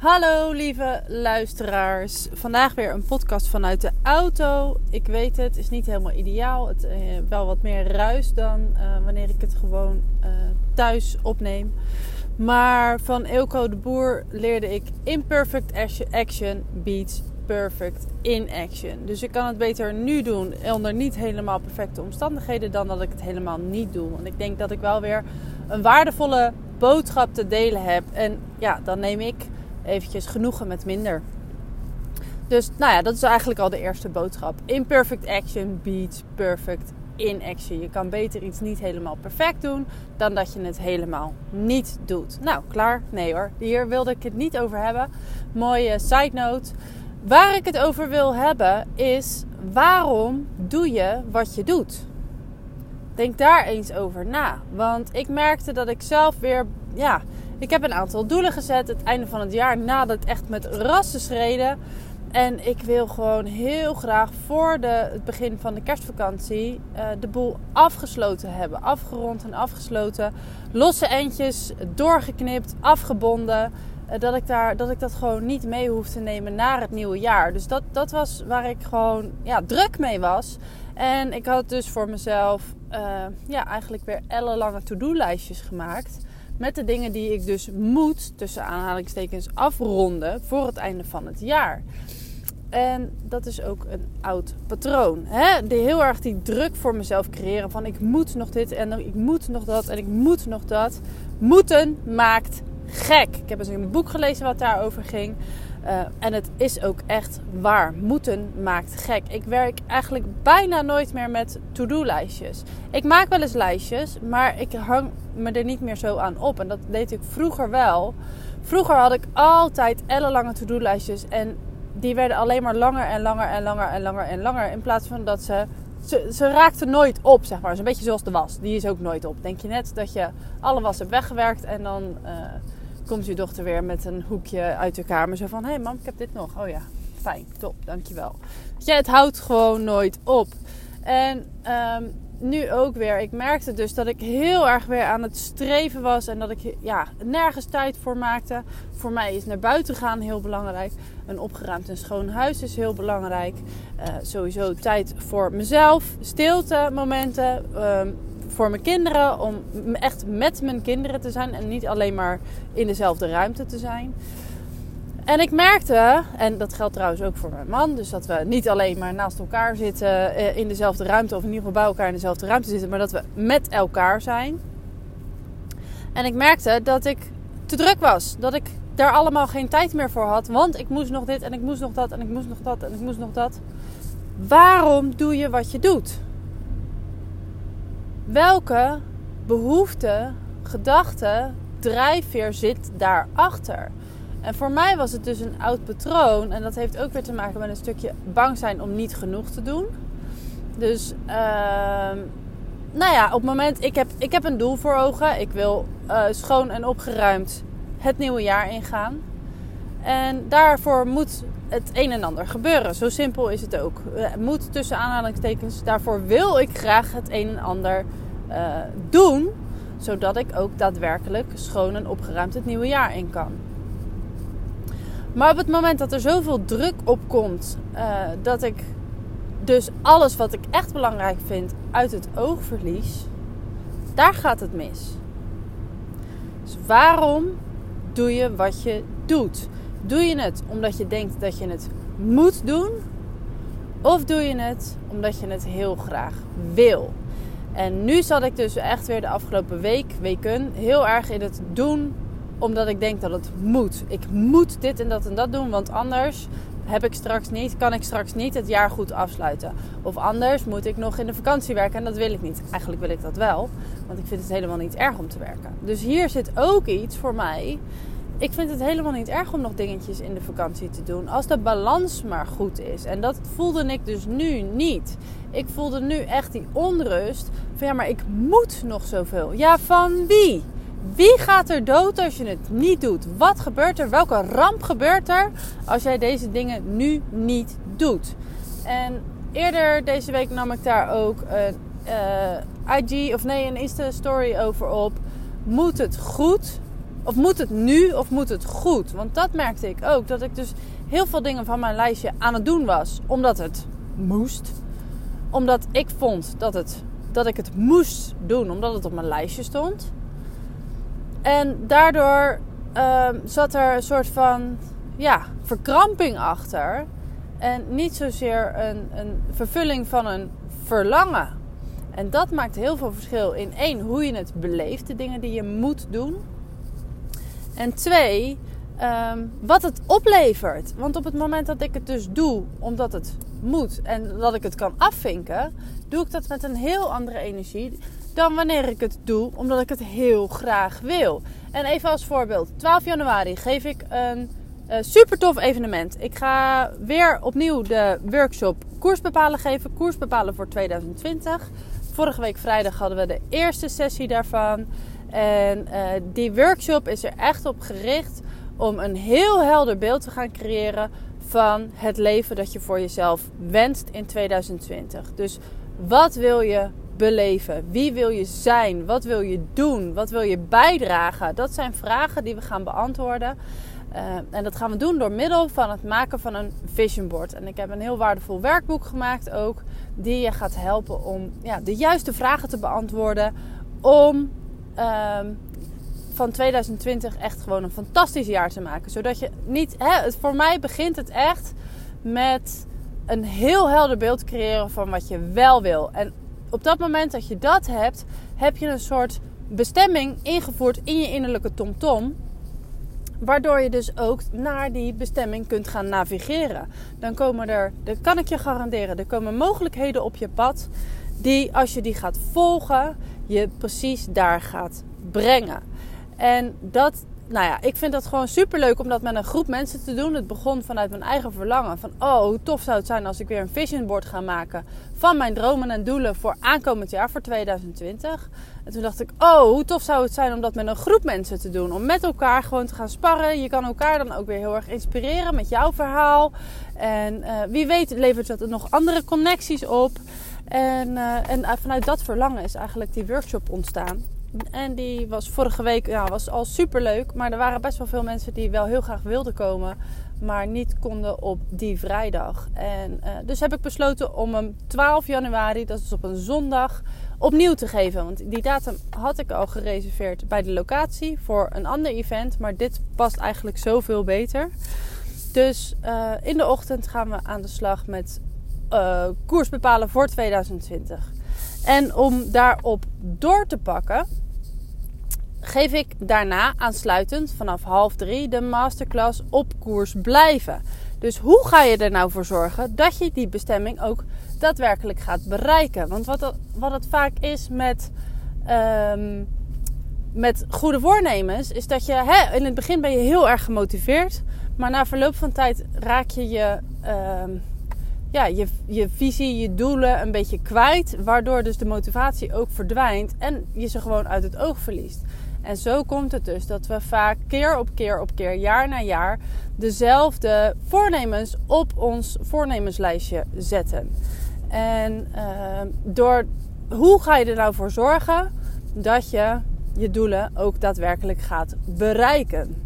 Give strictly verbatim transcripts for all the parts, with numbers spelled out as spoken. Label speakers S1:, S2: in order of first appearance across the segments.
S1: Hallo lieve luisteraars. Vandaag weer een podcast vanuit de auto. Ik weet het, is niet helemaal ideaal. Het uh, wel wat meer ruis dan uh, wanneer ik het gewoon uh, thuis opneem. Maar van Eelco de Boer leerde ik imperfect action beats perfect in action. Dus ik kan het beter nu doen onder niet helemaal perfecte omstandigheden dan dat ik het helemaal niet doe. Want ik denk dat ik wel weer een waardevolle boodschap te delen heb. En ja, dan neem ik eventjes genoegen met minder. Dus nou ja, dat is eigenlijk al de eerste boodschap. Imperfect action beats perfect in action. Je kan beter iets niet helemaal perfect doen dan dat je het helemaal niet doet. Nou, klaar? Nee hoor. Hier wilde ik het niet over hebben. Mooie side note. Waar ik het over wil hebben is: waarom doe je wat je doet? Denk daar eens over na. Want ik merkte dat ik zelf weer... ja, ik heb een aantal doelen gezet. Het einde van het jaar nadert echt met rassenschreden. En ik wil gewoon heel graag voor de, het begin van de kerstvakantie uh, de boel afgesloten hebben. Afgerond en afgesloten. Losse eindjes doorgeknipt, afgebonden. Uh, dat, ik daar, dat ik dat gewoon niet mee hoef te nemen naar het nieuwe jaar. Dus dat, dat was waar ik gewoon ja, druk mee was. En ik had dus voor mezelf uh, ja, eigenlijk weer ellenlange to-do-lijstjes gemaakt. Met de dingen die ik dus moet, tussen aanhalingstekens, afronden voor het einde van het jaar. En dat is ook een oud patroon. Hè? De heel erg die druk voor mezelf creëren van ik moet nog dit en ik moet nog dat en ik moet nog dat. Moeten maakt gek. Ik heb eens een boek gelezen wat daarover ging. Uh, en het is ook echt waar. Moeten maakt gek. Ik werk eigenlijk bijna nooit meer met to-do-lijstjes. Ik maak wel eens lijstjes, maar ik hang me er niet meer zo aan op. En dat deed ik vroeger wel. Vroeger had ik altijd ellenlange to-do-lijstjes. En die werden alleen maar langer en langer en langer en langer en langer. In plaats van dat ze... Ze, ze raakten nooit op, zeg maar. Het is een beetje zoals de was. Die is ook nooit op. Denk je net dat je alle was hebt weggewerkt en dan... Uh, komt je dochter weer met een hoekje uit de kamer. Zo van, hé hey mam, ik heb dit nog. Oh ja, fijn, top, dankjewel. Ja, het houdt gewoon nooit op. En um, nu ook weer. Ik merkte dus dat ik heel erg weer aan het streven was. En dat ik ja, nergens tijd voor maakte. Voor mij is naar buiten gaan heel belangrijk. Een opgeruimd en schoon huis is heel belangrijk. Uh, sowieso tijd voor mezelf. Stilte momenten. Um, voor mijn kinderen, om echt met mijn kinderen te zijn en niet alleen maar in dezelfde ruimte te zijn. En ik merkte, en dat geldt trouwens ook voor mijn man, dus dat we niet alleen maar naast elkaar zitten in dezelfde ruimte, of in ieder geval bij elkaar in dezelfde ruimte zitten, maar dat we met elkaar zijn. En ik merkte dat ik te druk was, dat ik daar allemaal geen tijd meer voor had, want ik moest nog dit en ik moest nog dat en ik moest nog dat en ik moest nog dat. Waarom doe je wat je doet? Welke behoefte, gedachte, drijfveer zit daarachter? En voor mij was het dus een oud patroon. En dat heeft ook weer te maken met een stukje bang zijn om niet genoeg te doen. Dus, uh, nou ja, op het moment... Ik heb, ik heb een doel voor ogen. Ik wil uh, schoon en opgeruimd het nieuwe jaar ingaan. En daarvoor moet het een en ander gebeuren. Zo simpel is het ook. Het moet tussen aanhalingstekens. Daarvoor wil ik graag het een en ander uh, doen. Zodat ik ook daadwerkelijk schoon en opgeruimd het nieuwe jaar in kan. Maar op het moment dat er zoveel druk op komt. Uh, dat ik dus alles wat ik echt belangrijk vind uit het oog verlies. Daar gaat het mis. Dus waarom doe je wat je doet? Doe je het omdat je denkt dat je het moet doen? Of doe je het omdat je het heel graag wil? En nu zat ik dus echt weer de afgelopen week, weken heel erg in het doen omdat ik denk dat het moet. Ik moet dit en dat en dat doen, want anders heb ik straks niet, kan ik straks niet het jaar goed afsluiten. Of anders moet ik nog in de vakantie werken en dat wil ik niet. Eigenlijk wil ik dat wel, want ik vind het helemaal niet erg om te werken. Dus hier zit ook iets voor mij. Ik vind het helemaal niet erg om nog dingetjes in de vakantie te doen. Als de balans maar goed is. En dat voelde ik dus nu niet. Ik voelde nu echt die onrust. Van ja, maar ik moet nog zoveel. Ja, van wie? Wie gaat er dood als je het niet doet? Wat gebeurt er? Welke ramp gebeurt er als jij deze dingen nu niet doet? En eerder deze week nam ik daar ook een uh, I G of nee, een Insta story over op. Moet het goed? Of moet het nu of moet het goed? Want dat merkte ik ook. Dat ik dus heel veel dingen van mijn lijstje aan het doen was. Omdat het moest. Omdat ik vond dat, het, dat ik het moest doen. Omdat het op mijn lijstje stond. En daardoor uh, zat er een soort van ja, verkramping achter. En niet zozeer een, een vervulling van een verlangen. En dat maakt heel veel verschil in één, hoe je het beleeft. De dingen die je moet doen. En twee, um, wat het oplevert. Want op het moment dat ik het dus doe omdat het moet en dat ik het kan afvinken, doe ik dat met een heel andere energie dan wanneer ik het doe omdat ik het heel graag wil. En even als voorbeeld, twaalf januari geef ik een uh, super tof evenement. Ik ga weer opnieuw de workshop Koers Bepalen geven. Koers Bepalen voor tweeduizend twintig. Vorige week vrijdag hadden we de eerste sessie daarvan. En uh, die workshop is er echt op gericht om een heel helder beeld te gaan creëren van het leven dat je voor jezelf wenst in tweeduizend twintig. Dus wat wil je beleven? Wie wil je zijn? Wat wil je doen? Wat wil je bijdragen? Dat zijn vragen die we gaan beantwoorden. Uh, en dat gaan we doen door middel van het maken van een vision board. En ik heb een heel waardevol werkboek gemaakt ook, die je gaat helpen om ja, de juiste vragen te beantwoorden om Um, van tweeduizend twintig echt gewoon een fantastisch jaar te maken. Zodat je niet... Hè, het, voor mij begint het echt met een heel helder beeld creëren van wat je wel wil. En op dat moment dat je dat hebt, heb je een soort bestemming ingevoerd in je innerlijke tomtom. Waardoor je dus ook naar die bestemming kunt gaan navigeren. Dan komen er, dat kan ik je garanderen, er komen mogelijkheden op je pad die, als je die gaat volgen, je precies daar gaat brengen. En dat, nou ja, ik vind dat gewoon superleuk om dat met een groep mensen te doen. Het begon vanuit mijn eigen verlangen. Van, oh, hoe tof zou het zijn als ik weer een vision board ga maken van mijn dromen en doelen voor aankomend jaar, voor tweeduizend twintig. En toen dacht ik, oh, hoe tof zou het zijn om dat met een groep mensen te doen. Om met elkaar gewoon te gaan sparren. Je kan elkaar dan ook weer heel erg inspireren met jouw verhaal. En uh, wie weet levert dat er nog andere connecties op. En, uh, en vanuit dat verlangen is eigenlijk die workshop ontstaan. En die was vorige week ja, was al superleuk. Maar er waren best wel veel mensen die wel heel graag wilden komen, maar niet konden op die vrijdag. En uh, dus heb ik besloten om hem twaalf januari, dat is op een zondag, opnieuw te geven. Want die datum had ik al gereserveerd bij de locatie voor een ander event. Maar dit past eigenlijk zoveel beter. Dus uh, in de ochtend gaan we aan de slag met uh, koers bepalen voor tweeduizend twintig. En om daarop door te pakken, geef ik daarna aansluitend vanaf half drie de masterclass op koers blijven. Dus hoe ga je er nou voor zorgen dat je die bestemming ook daadwerkelijk gaat bereiken? Want wat het, wat het vaak is met, um, met goede voornemens, is dat je hè, in het begin ben je heel erg gemotiveerd, maar na verloop van tijd raak je je, um, ja, je, je visie, je doelen een beetje kwijt, waardoor dus de motivatie ook verdwijnt en je ze gewoon uit het oog verliest. En zo komt het dus dat we vaak keer op keer op keer, jaar na jaar, dezelfde voornemens op ons voornemenslijstje zetten. En uh, door, hoe ga je er nou voor zorgen dat je je doelen ook daadwerkelijk gaat bereiken?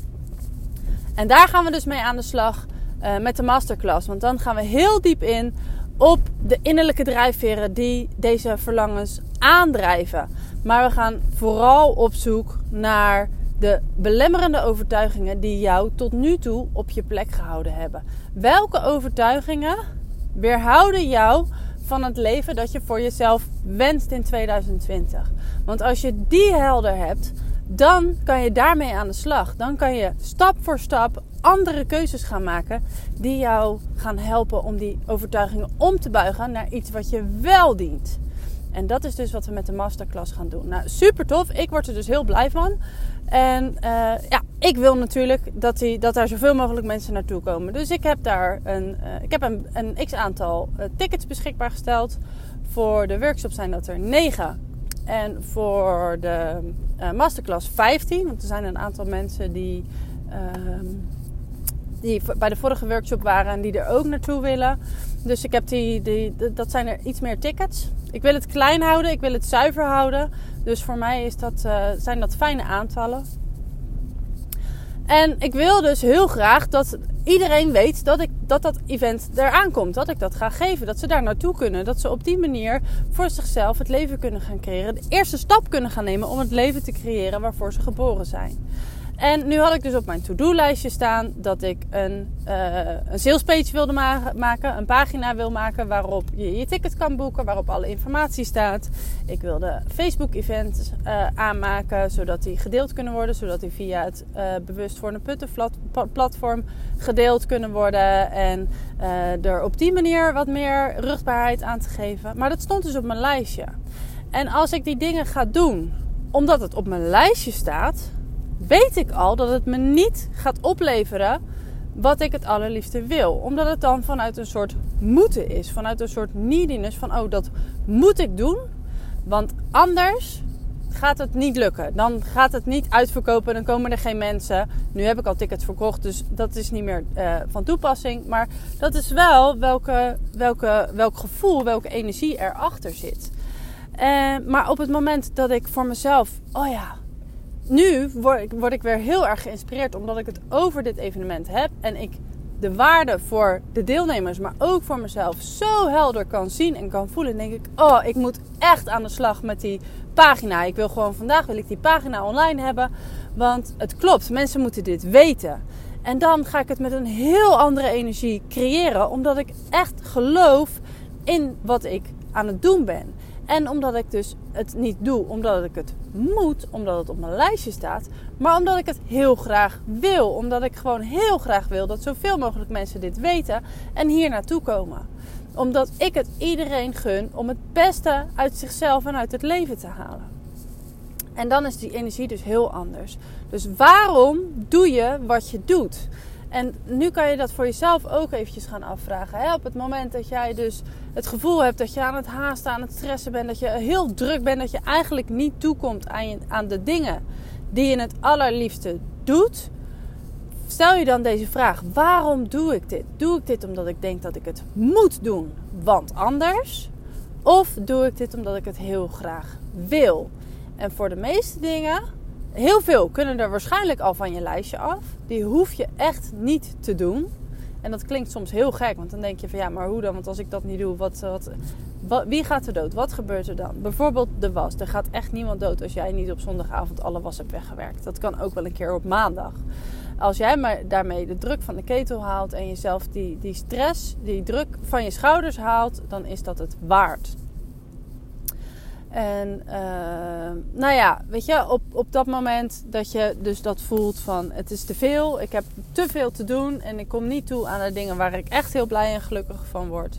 S1: En daar gaan we dus mee aan de slag uh, met de masterclass. Want dan gaan we heel diep in op de innerlijke drijfveren die deze verlangens aandrijven. Maar we gaan vooral op zoek naar de belemmerende overtuigingen die jou tot nu toe op je plek gehouden hebben. Welke overtuigingen weerhouden jou van het leven dat je voor jezelf wenst in tweeduizend twintig? Want als je die helder hebt, dan kan je daarmee aan de slag. Dan kan je stap voor stap andere keuzes gaan maken die jou gaan helpen om die overtuigingen om te buigen naar iets wat je wel dient. En dat is dus wat we met de masterclass gaan doen. Nou, super tof. Ik word er dus heel blij van. En uh, ja, ik wil natuurlijk dat, die, dat daar zoveel mogelijk mensen naartoe komen. Dus ik heb daar een, uh, ik heb een, een x-aantal uh, tickets beschikbaar gesteld. Voor de workshop zijn dat er negen. En voor de uh, masterclass vijftien. Want er zijn een aantal mensen die, uh, die bij de vorige workshop waren en die er ook naartoe willen. Dus ik heb die, die, dat zijn er iets meer tickets. Ik wil het klein houden, ik wil het zuiver houden. Dus voor mij is dat, uh, zijn dat fijne aantallen. En ik wil dus heel graag dat iedereen weet dat ik, dat, dat event eraan komt. Dat ik dat ga geven. Dat ze daar naartoe kunnen. Dat ze op die manier voor zichzelf het leven kunnen gaan creëren. De eerste stap kunnen gaan nemen om het leven te creëren waarvoor ze geboren zijn. En nu had ik dus op mijn to-do-lijstje staan dat ik een, uh, een salespage wilde ma- maken. Een pagina wil maken waarop je je ticket kan boeken. Waarop alle informatie staat. Ik wilde Facebook-events uh, aanmaken. Zodat die gedeeld kunnen worden. Zodat die via het uh, Bewust voor een Putten platform gedeeld kunnen worden. En uh, er op die manier wat meer rugbaarheid aan te geven. Maar dat stond dus op mijn lijstje. En als ik die dingen ga doen omdat het op mijn lijstje staat, weet ik al dat het me niet gaat opleveren wat ik het allerliefste wil. Omdat het dan vanuit een soort moeten is. Vanuit een soort neediness. Van oh, dat moet ik doen. Want anders gaat het niet lukken. Dan gaat het niet uitverkopen. Dan komen er geen mensen. Nu heb ik al tickets verkocht. Dus dat is niet meer uh, van toepassing. Maar dat is wel welke, welke, welk gevoel, welke energie erachter zit. Uh, maar op het moment dat ik voor mezelf, oh ja, nu word ik, word ik weer heel erg geïnspireerd omdat ik het over dit evenement heb. En ik de waarde voor de deelnemers, maar ook voor mezelf zo helder kan zien en kan voelen. Dan denk ik, oh, ik moet echt aan de slag met die pagina. Ik wil gewoon vandaag wil ik die pagina online hebben. Want het klopt, mensen moeten dit weten. En dan ga ik het met een heel andere energie creëren. Omdat ik echt geloof in wat ik aan het doen ben. En omdat ik dus het niet doe omdat ik het moet, omdat het op mijn lijstje staat. Maar omdat ik het heel graag wil. Omdat ik gewoon heel graag wil dat zoveel mogelijk mensen dit weten en hier naartoe komen. Omdat ik het iedereen gun om het beste uit zichzelf en uit het leven te halen. En dan is die energie dus heel anders. Dus waarom doe je wat je doet? En nu kan je dat voor jezelf ook eventjes gaan afvragen. Hè? Op het moment dat jij dus het gevoel hebt dat je aan het haasten, aan het stressen bent. Dat je heel druk bent. Dat je eigenlijk niet toekomt aan, je, aan de dingen die je het allerliefste doet. Stel je dan deze vraag. Waarom doe ik dit? Doe ik dit omdat ik denk dat ik het moet doen, want anders? Of doe ik dit omdat ik het heel graag wil? En voor de meeste dingen, heel veel kunnen er waarschijnlijk al van je lijstje af. Die hoef je echt niet te doen. En dat klinkt soms heel gek, want dan denk je van ja, maar hoe dan? Want als ik dat niet doe, wat, wat, wat, wie gaat er dood? Wat gebeurt er dan? Bijvoorbeeld de was. Er gaat echt niemand dood als jij niet op zondagavond alle was hebt weggewerkt. Dat kan ook wel een keer op maandag. Als jij maar daarmee de druk van de ketel haalt en jezelf die, die stress, die druk van je schouders haalt, dan is dat het waard. En uh, nou ja, weet je, op, op dat moment dat je dus dat voelt van het is te veel, ik heb te veel te doen en ik kom niet toe aan de dingen waar ik echt heel blij en gelukkig van word.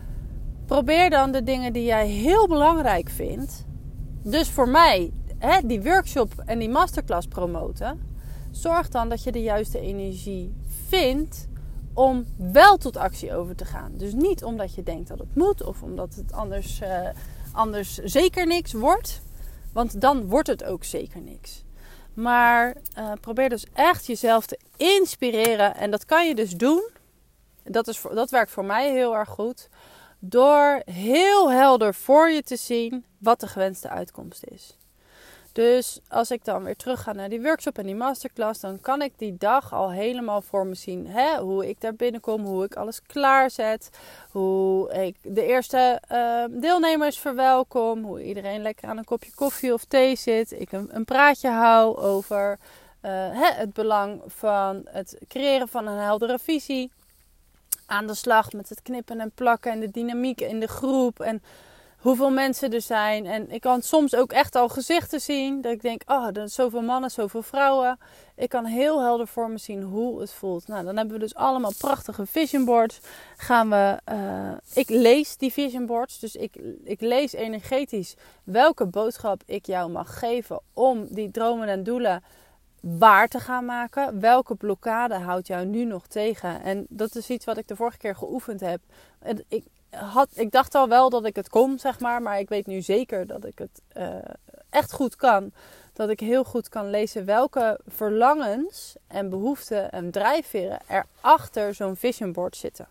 S1: Probeer dan de dingen die jij heel belangrijk vindt. Dus voor mij, hè, die workshop en die masterclass promoten. Zorg dan dat je de juiste energie vindt om wel tot actie over te gaan. Dus niet omdat je denkt dat het moet of omdat het anders... Uh, Anders zeker niks wordt. Want dan wordt het ook zeker niks. Maar uh, probeer dus echt jezelf te inspireren. En dat kan je dus doen. Dat, is voor, dat werkt voor mij heel erg goed. Door heel helder voor je te zien wat de gewenste uitkomst is. Dus als ik dan weer terug ga naar die workshop en die masterclass, dan kan ik die dag al helemaal voor me zien. Hè? Hoe ik daar binnenkom, hoe ik alles klaarzet. Hoe ik de eerste uh, deelnemers verwelkom. Hoe iedereen lekker aan een kopje koffie of thee zit. Ik een, een praatje hou over uh, hè, het belang van het creëren van een heldere visie. Aan de slag met het knippen en plakken en de dynamiek in de groep en hoeveel mensen er zijn. En ik kan soms ook echt al gezichten zien. Dat ik denk, oh, er zijn zoveel mannen, zoveel vrouwen. Ik kan heel helder voor me zien hoe het voelt. Nou, dan hebben we dus allemaal prachtige vision boards. Gaan we, uh, ik lees die vision boards. Dus ik, ik lees energetisch welke boodschap ik jou mag geven om die dromen en doelen waar te gaan maken. Welke blokkade houdt jou nu nog tegen? En dat is iets wat ik de vorige keer geoefend heb. En ik, had, ik dacht al wel dat ik het kon, zeg maar. Maar ik weet nu zeker dat ik het uh, echt goed kan. Dat ik heel goed kan lezen welke verlangens en behoeften en drijfveren er achter zo'n vision board zitten.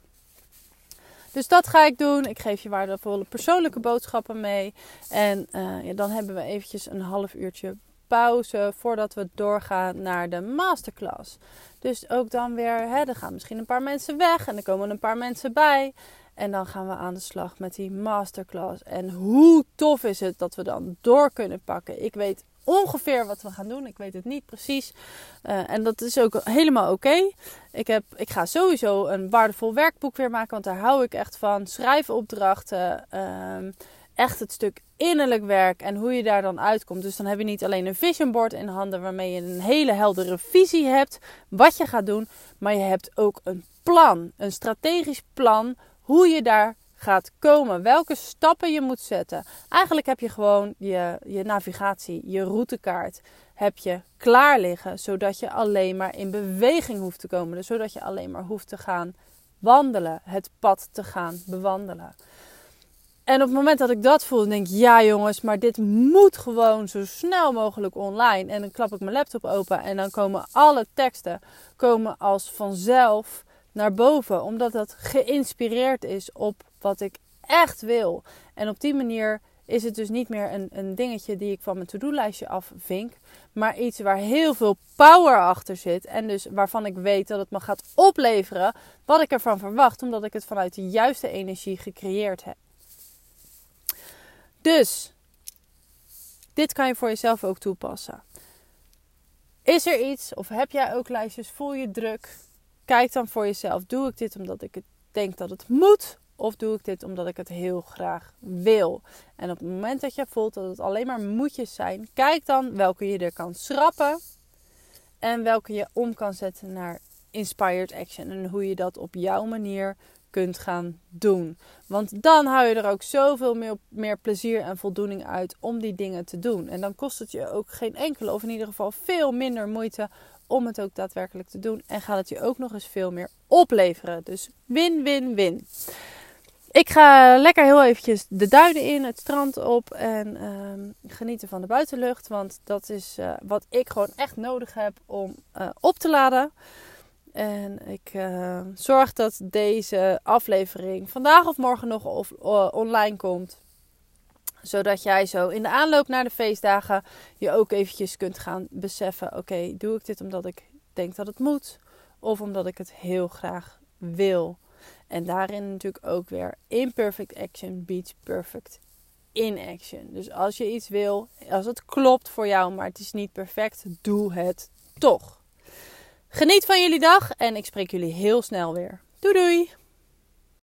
S1: Dus dat ga ik doen. Ik geef je waardevolle persoonlijke boodschappen mee. En uh, ja, dan hebben we eventjes een half uurtje pauze voordat we doorgaan naar de masterclass. Dus ook dan weer, hè, er gaan misschien een paar mensen weg en er komen een paar mensen bij. En dan gaan we aan de slag met die masterclass. En hoe tof is het dat we dan door kunnen pakken. Ik weet ongeveer wat we gaan doen. Ik weet het niet precies. Uh, en dat is ook helemaal oké. Okay. Ik, heb, ik ga sowieso een waardevol werkboek weer maken. Want daar hou ik echt van. Schrijfopdrachten. Uh, echt het stuk innerlijk werk. En hoe je daar dan uitkomt. Dus dan heb je niet alleen een vision board in handen. Waarmee je een hele heldere visie hebt. Wat je gaat doen. Maar je hebt ook een plan. Een strategisch plan. Hoe je daar gaat komen. Welke stappen je moet zetten. Eigenlijk heb je gewoon je, je navigatie, je routekaart, heb je klaar liggen. Zodat je alleen maar in beweging hoeft te komen. Dus zodat je alleen maar hoeft te gaan wandelen. Het pad te gaan bewandelen. En op het moment dat ik dat voel, denk ik, ja jongens, maar dit moet gewoon zo snel mogelijk online. En dan klap ik mijn laptop open en dan komen alle teksten komen als vanzelf naar boven. Omdat dat geïnspireerd is op wat ik echt wil. En op die manier is het dus niet meer een, een dingetje die ik van mijn to-do-lijstje afvink. Maar iets waar heel veel power achter zit. En dus waarvan ik weet dat het me gaat opleveren wat ik ervan verwacht. Omdat ik het vanuit de juiste energie gecreëerd heb. Dus, dit kan je voor jezelf ook toepassen. Is er iets, of heb jij ook lijstjes, voel je druk? Kijk dan voor jezelf, doe ik dit omdat ik het denk dat het moet? Of doe ik dit omdat ik het heel graag wil? En op het moment dat je voelt dat het alleen maar moetjes zijn, kijk dan welke je er kan schrappen. En welke je om kan zetten naar inspired action. En hoe je dat op jouw manier kunt gaan doen. Want dan hou je er ook zoveel meer, meer plezier en voldoening uit om die dingen te doen. En dan kost het je ook geen enkele, of in ieder geval veel minder moeite om het ook daadwerkelijk te doen. En gaat het je ook nog eens veel meer opleveren. Dus win, win, win. Ik ga lekker heel eventjes de duinen in, het strand op en uh, genieten van de buitenlucht. Want dat is uh, wat ik gewoon echt nodig heb om uh, op te laden. En ik uh, zorg dat deze aflevering vandaag of morgen nog of, uh, online komt. Zodat jij zo in de aanloop naar de feestdagen je ook eventjes kunt gaan beseffen. Oké, okay, doe ik dit omdat ik denk dat het moet? Of omdat ik het heel graag wil? En daarin natuurlijk ook weer imperfect action beats perfect inaction. Dus als je iets wil, als het klopt voor jou, maar het is niet perfect, doe het toch. Geniet van jullie dag en ik spreek jullie heel snel weer. Doei doei!